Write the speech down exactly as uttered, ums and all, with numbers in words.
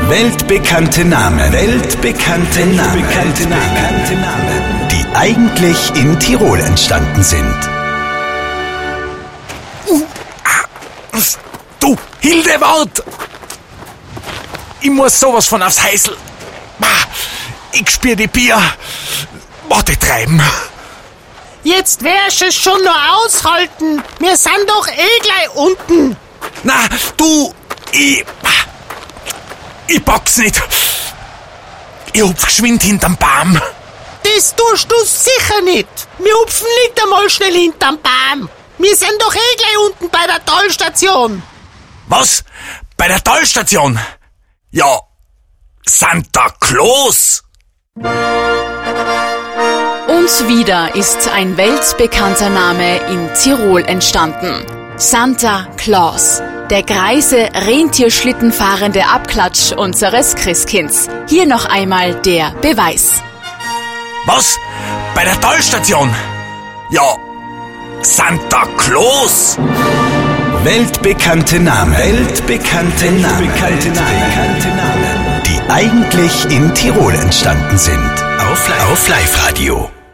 Weltbekannte Namen. Weltbekannte Namen. Weltbekannte Namen. Die eigentlich in Tirol entstanden sind. Du, Hildeward! Ich muss sowas von aufs Häusl. Ich spür die Bier. Warte treiben. Jetzt wärst es schon noch aushalten. Wir sind doch eh gleich unten. Na, du, ich... Ich pack's nicht. Ich hupf geschwind hinterm Baum. Das tust du sicher nicht. Wir hupfen nicht einmal schnell hinterm Baum. Wir sind doch eh gleich unten bei der Tollstation. Was? Bei der Tollstation? Ja, Santa Claus. Und wieder ist ein weltbekannter Name in Tirol entstanden. Santa Claus. Der greise, rentierschlittenfahrende Abklatsch unseres Christkinds. Hier noch einmal der Beweis. Was? Bei der Tollstation? Ja, Santa Claus. Weltbekannte Namen. Weltbekannte Namen. Weltbekannte Namen. Die eigentlich in Tirol entstanden sind. Auf Live-Radio.